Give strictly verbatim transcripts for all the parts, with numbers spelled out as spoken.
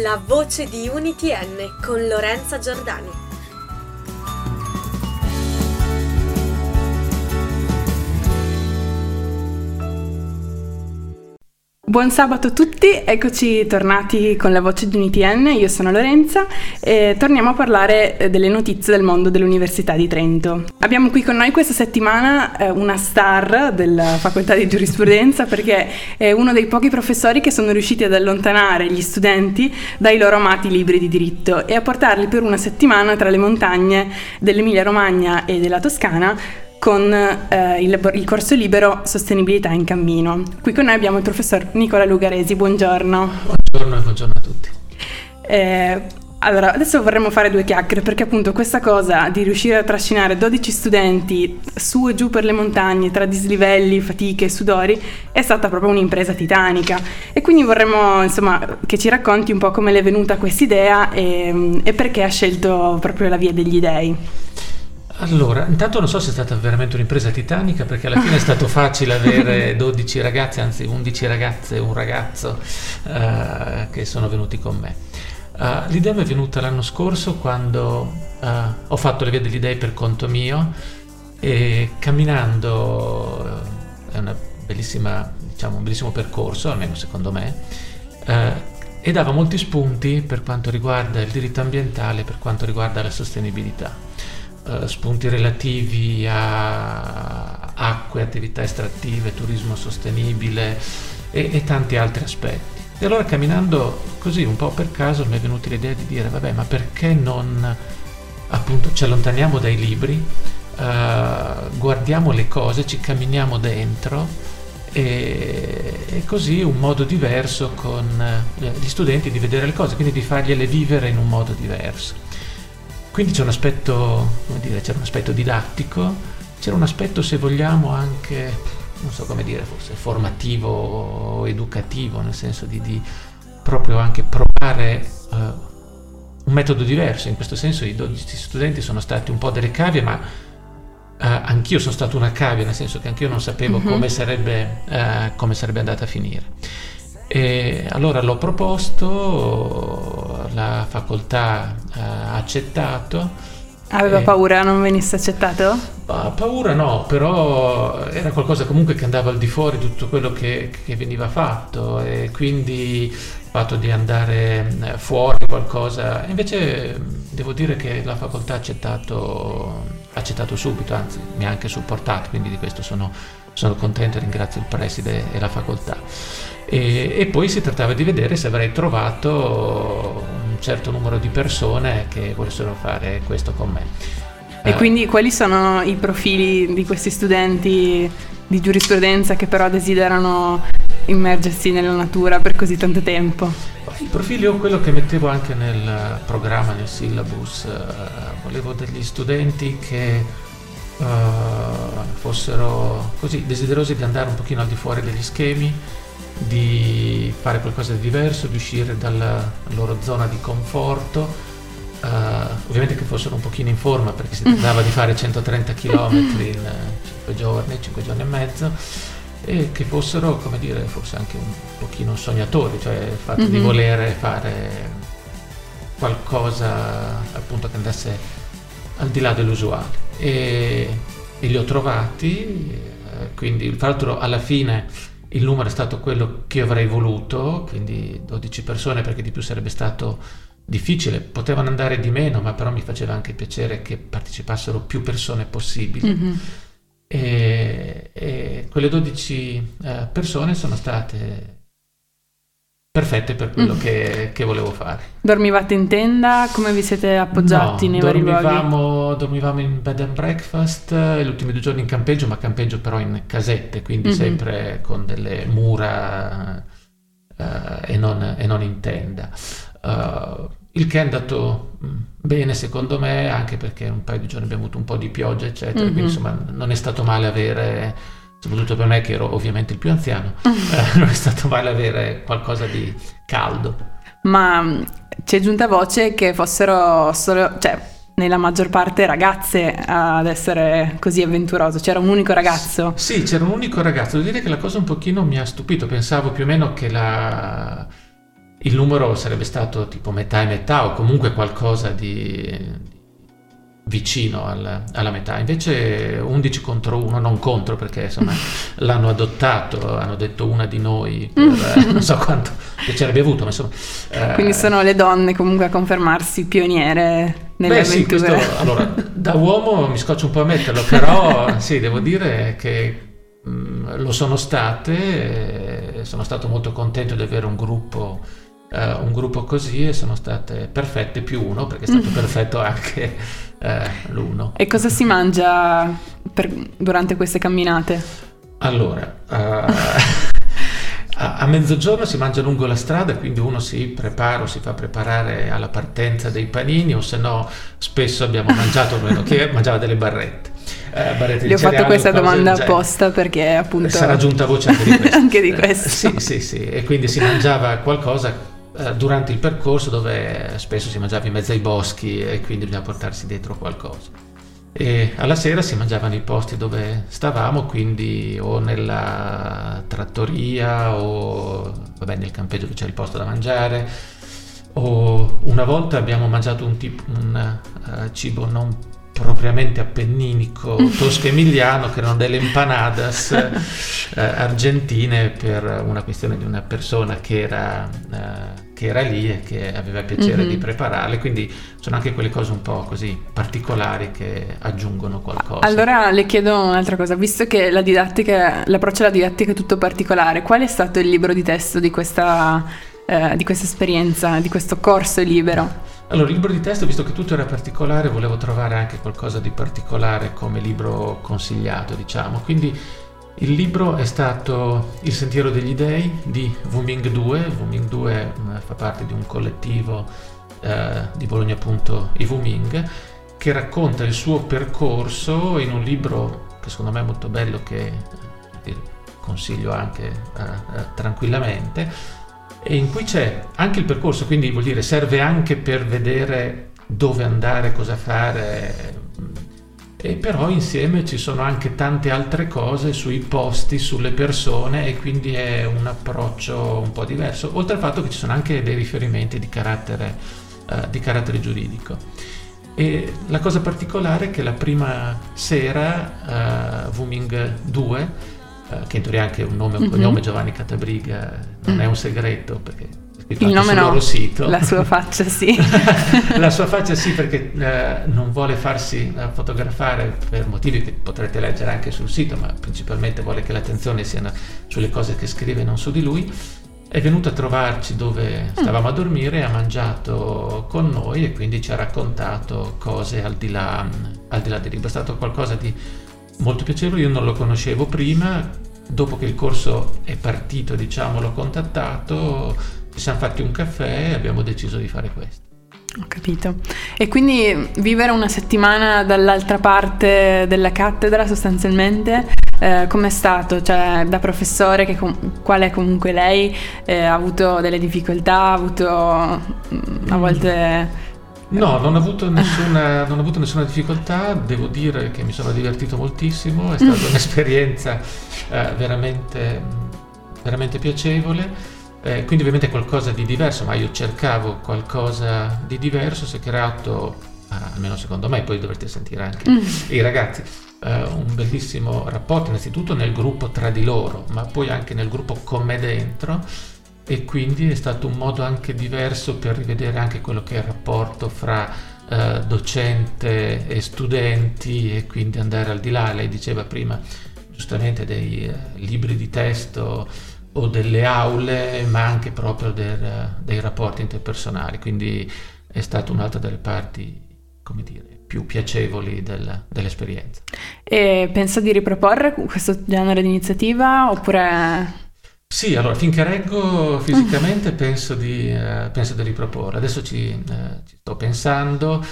La voce di Unity N con Lorenza Giordani. Buon sabato a tutti, eccoci tornati con la voce di Unity N, io sono Lorenza e torniamo a parlare delle notizie del mondo dell'Università di Trento. Abbiamo qui con noi questa settimana eh, una star della facoltà di giurisprudenza, perché è uno dei pochi professori che sono riusciti ad allontanare gli studenti dai loro amati libri di diritto e a portarli per una settimana tra le montagne dell'Emilia Romagna e della Toscana con eh, il, il corso libero Sostenibilità in cammino. Qui con noi abbiamo il professor Nicola Lugaresi, buongiorno. Buongiorno e buongiorno a tutti. Eh, allora, adesso vorremmo fare due chiacchiere, perché appunto questa cosa di riuscire a trascinare dodici studenti su e giù per le montagne tra dislivelli, fatiche e sudori è stata proprio un'impresa titanica, e quindi vorremmo insomma che ci racconti un po' come le è venuta questa idea e, e perché ha scelto proprio la via degli dei. Allora, intanto non so se è stata veramente un'impresa titanica, perché alla fine è stato facile avere dodici ragazze, anzi undici ragazze e un ragazzo uh, che sono venuti con me. Uh, l'idea mi è venuta l'anno scorso quando uh, ho fatto le vie degli dei per conto mio e camminando, uh, è una bellissima, diciamo, un bellissimo percorso, almeno secondo me, uh, e dava molti spunti per quanto riguarda il diritto ambientale, per quanto riguarda la sostenibilità. Uh, spunti relativi a acque, attività estrattive, turismo sostenibile e, e tanti altri aspetti. E allora, camminando così un po' per caso, mi è venuta l'idea di dire vabbè, ma perché non appunto ci allontaniamo dai libri, uh, guardiamo le cose, ci camminiamo dentro e, e così un modo diverso con uh, gli studenti di vedere le cose, quindi di fargliele vivere in un modo diverso. Quindi c'è un aspetto, come dire, c'era un aspetto didattico, c'era un aspetto, se vogliamo, anche, non so come dire, forse formativo o educativo, nel senso di, di proprio anche provare uh, un metodo diverso. In questo senso i dodici studenti sono stati un po' delle cavie, ma uh, anch'io sono stato una cavia, nel senso che anch'io non sapevo mm-hmm. come sarebbe, uh, come sarebbe andata a finire. E allora l'ho proposto, la facoltà ha accettato. Aveva e... paura non venisse accettato? Pa- paura no, però era qualcosa comunque che andava al di fuori di tutto quello che, che veniva fatto, e quindi il fatto di andare fuori qualcosa, invece devo dire che la facoltà ha accettato, ha accettato subito, anzi mi ha anche supportato, quindi di questo sono, sono contento e ringrazio il preside e la facoltà. E, e poi si trattava di vedere se avrei trovato un certo numero di persone che volessero fare questo con me. E eh, quindi quali sono i profili di questi studenti di giurisprudenza che però desiderano immergersi nella natura per così tanto tempo? I profili o quello che mettevo anche nel programma, nel syllabus, eh, volevo degli studenti che eh, fossero così desiderosi di andare un pochino al di fuori degli schemi, di fare qualcosa di diverso, di uscire dalla loro zona di conforto, uh, ovviamente che fossero un pochino in forma, perché si trattava di fare centotrenta chilometri in cinque giorni, cinque giorni e mezzo, e che fossero, come dire, forse anche un pochino sognatori, cioè il fatto mm-hmm. di volere fare qualcosa appunto che andasse al di là dell'usuale, e, e li ho trovati, eh, quindi tra l'altro alla fine il numero è stato quello che io avrei voluto, quindi dodici persone, perché di più sarebbe stato difficile. Potevano andare di meno, ma però mi faceva anche piacere che partecipassero più persone possibili. Mm-hmm. E, e quelle dodici eh, persone sono state perfette per quello mm. che, che volevo fare. Dormivate in tenda? Come vi siete appoggiati no, nei vari luoghi? Dormivamo in bed and breakfast, gli ultimi due giorni in campeggio, ma campeggio però in casette, quindi mm-hmm. sempre con delle mura uh, e, non, e non in tenda. Uh, il che è andato bene secondo me, anche perché un paio di giorni abbiamo avuto un po' di pioggia eccetera, mm-hmm. quindi insomma non è stato male avere, soprattutto per me che ero ovviamente il più anziano, eh, non è stato male avere qualcosa di caldo. Ma c'è giunta voce che fossero solo, cioè nella maggior parte ragazze ad essere così avventuroso, c'era un unico ragazzo? Sì, c'era un unico ragazzo, devo dire che la cosa un pochino mi ha stupito, pensavo più o meno che la il numero sarebbe stato tipo metà e metà o comunque qualcosa di vicino al, alla metà. Invece undici contro uno, non contro perché insomma l'hanno adottato, hanno detto una di noi per non so quanto piacere abbia avuto, ma insomma eh, quindi sono le donne comunque a confermarsi pioniere nelle beh, avventure. Sì, questo, allora, da uomo mi scoccio un po' a metterlo, però sì, devo dire che mh, lo sono state, e sono stato molto contento di avere un gruppo Uh, un gruppo così, e sono state perfette più uno, perché è stato mm. perfetto anche uh, l'uno. E cosa si mangia per, durante queste camminate? Allora, uh, a, a mezzogiorno si mangia lungo la strada, quindi uno si prepara o si fa preparare alla partenza dei panini, o se no spesso abbiamo mangiato, almeno che mangiava delle barrette. Eh, barrette Le ho cereali, fatto questa domanda cioè, apposta perché appunto sarà giunta voce anche di questo. Anche di questo. Eh, sì, sì, sì, e quindi si mangiava qualcosa durante il percorso, dove spesso si mangiava in mezzo ai boschi e quindi bisognava portarsi dietro qualcosa, e alla sera si mangiava nei posti dove stavamo, quindi o nella trattoria o vabbè, nel campeggio dove c'era il posto da mangiare, o una volta abbiamo mangiato un, tipo, un uh, cibo non propriamente appenninico, tosco-emiliano, che erano delle empanadas eh, argentine, per una questione di una persona che era, eh, che era lì e che aveva piacere mm-hmm. di prepararle, quindi sono anche quelle cose un po' così particolari che aggiungono qualcosa. Allora le chiedo un'altra cosa, visto che la didattica, l'approccio alla didattica è tutto particolare, qual è stato il libro di testo di questa, eh, di questa esperienza, di questo corso libero? Allora, il libro di testo, visto che tutto era particolare, volevo trovare anche qualcosa di particolare come libro consigliato, diciamo. Quindi il libro è stato Il Sentiero degli Dei di Wuming due. Wuming due fa parte di un collettivo eh, di Bologna, appunto, i Wuming, che racconta il suo percorso in un libro che secondo me è molto bello, che eh, consiglio anche eh, eh, tranquillamente, e in cui c'è anche il percorso, quindi vuol dire serve anche per vedere dove andare, cosa fare, e però insieme ci sono anche tante altre cose sui posti, sulle persone, e quindi è un approccio un po' diverso, oltre al fatto che ci sono anche dei riferimenti di carattere, uh, di carattere giuridico. E la cosa particolare è che la prima sera uh, Wuming due, che in teoria è anche un nome e un cognome, mm-hmm. Giovanni Catabriga, non è un segreto perché è scritto il anche nome sul no, loro sito. La sua faccia sì. La sua faccia sì, perché eh, non vuole farsi eh, fotografare per motivi che potrete leggere anche sul sito, ma principalmente vuole che l'attenzione sia sulle cose che scrive e non su di lui. È venuto a trovarci dove stavamo mm. a dormire, ha mangiato con noi e quindi ci ha raccontato cose al di là, al di là del libro. È stato qualcosa di molto piacevole. Io non lo conoscevo prima. Dopo che il corso è partito, diciamo, l'ho contattato, ci siamo fatti un caffè e abbiamo deciso di fare questo. Ho capito. E quindi vivere una settimana dall'altra parte della cattedra sostanzialmente, eh, com'è stato? Cioè, da professore, che com- quale comunque lei, eh, ha avuto delle difficoltà, ha avuto mh, a volte... No, non ho avuto nessuna, non ho avuto nessuna difficoltà, devo dire che mi sono divertito moltissimo, è stata un'esperienza eh, veramente, veramente piacevole, eh, quindi ovviamente qualcosa di diverso, ma io cercavo qualcosa di diverso, si è creato, eh, almeno secondo me, poi dovrete sentire anche mm. i ragazzi, eh, un bellissimo rapporto, innanzitutto nel gruppo tra di loro, ma poi anche nel gruppo con me dentro. E quindi è stato un modo anche diverso per rivedere anche quello che è il rapporto fra eh, docente e studenti, e quindi andare al di là. Lei diceva prima giustamente dei eh, libri di testo o delle aule, ma anche proprio del, dei rapporti interpersonali, quindi è stata un'altra delle parti, come dire, più piacevoli del, dell'esperienza. E pensa di riproporre questo genere di iniziativa oppure... Sì, allora finché reggo fisicamente penso di, eh, penso di riproporre. Adesso ci, eh, ci sto pensando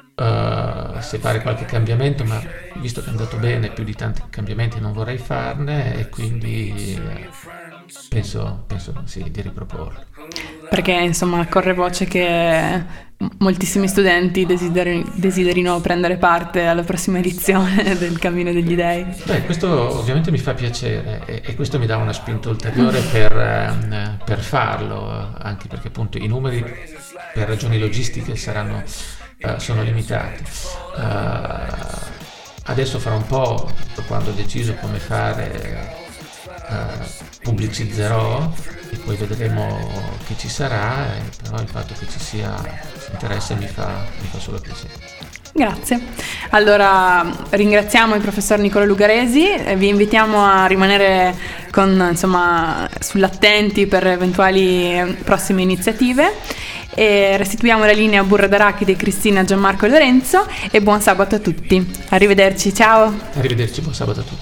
uh, se fare qualche cambiamento, ma visto che è andato bene, più di tanti cambiamenti non vorrei farne, e quindi eh, penso, penso sì, di riproporlo. perché insomma corre voce che moltissimi studenti desideri, desiderino prendere parte alla prossima edizione del Cammino degli Dei. Beh, questo ovviamente mi fa piacere e, e questo mi dà una spinta ulteriore per, eh, per farlo, anche perché appunto i numeri per ragioni logistiche saranno, eh, sono limitati. Uh, adesso fra un po', quando ho deciso come fare, uh, pubblicizzerò e poi vedremo che ci sarà, eh, però il fatto che ci sia interesse mi fa, mi fa solo piacere. Grazie. Allora ringraziamo il professor Nicola Lugaresi e vi invitiamo a rimanere con, insomma, sull'attenti per eventuali prossime iniziative e restituiamo la linea a Burra d'Arachide, Cristina, Gianmarco e Lorenzo e buon sabato a tutti. Arrivederci, ciao. Arrivederci, buon sabato a tutti.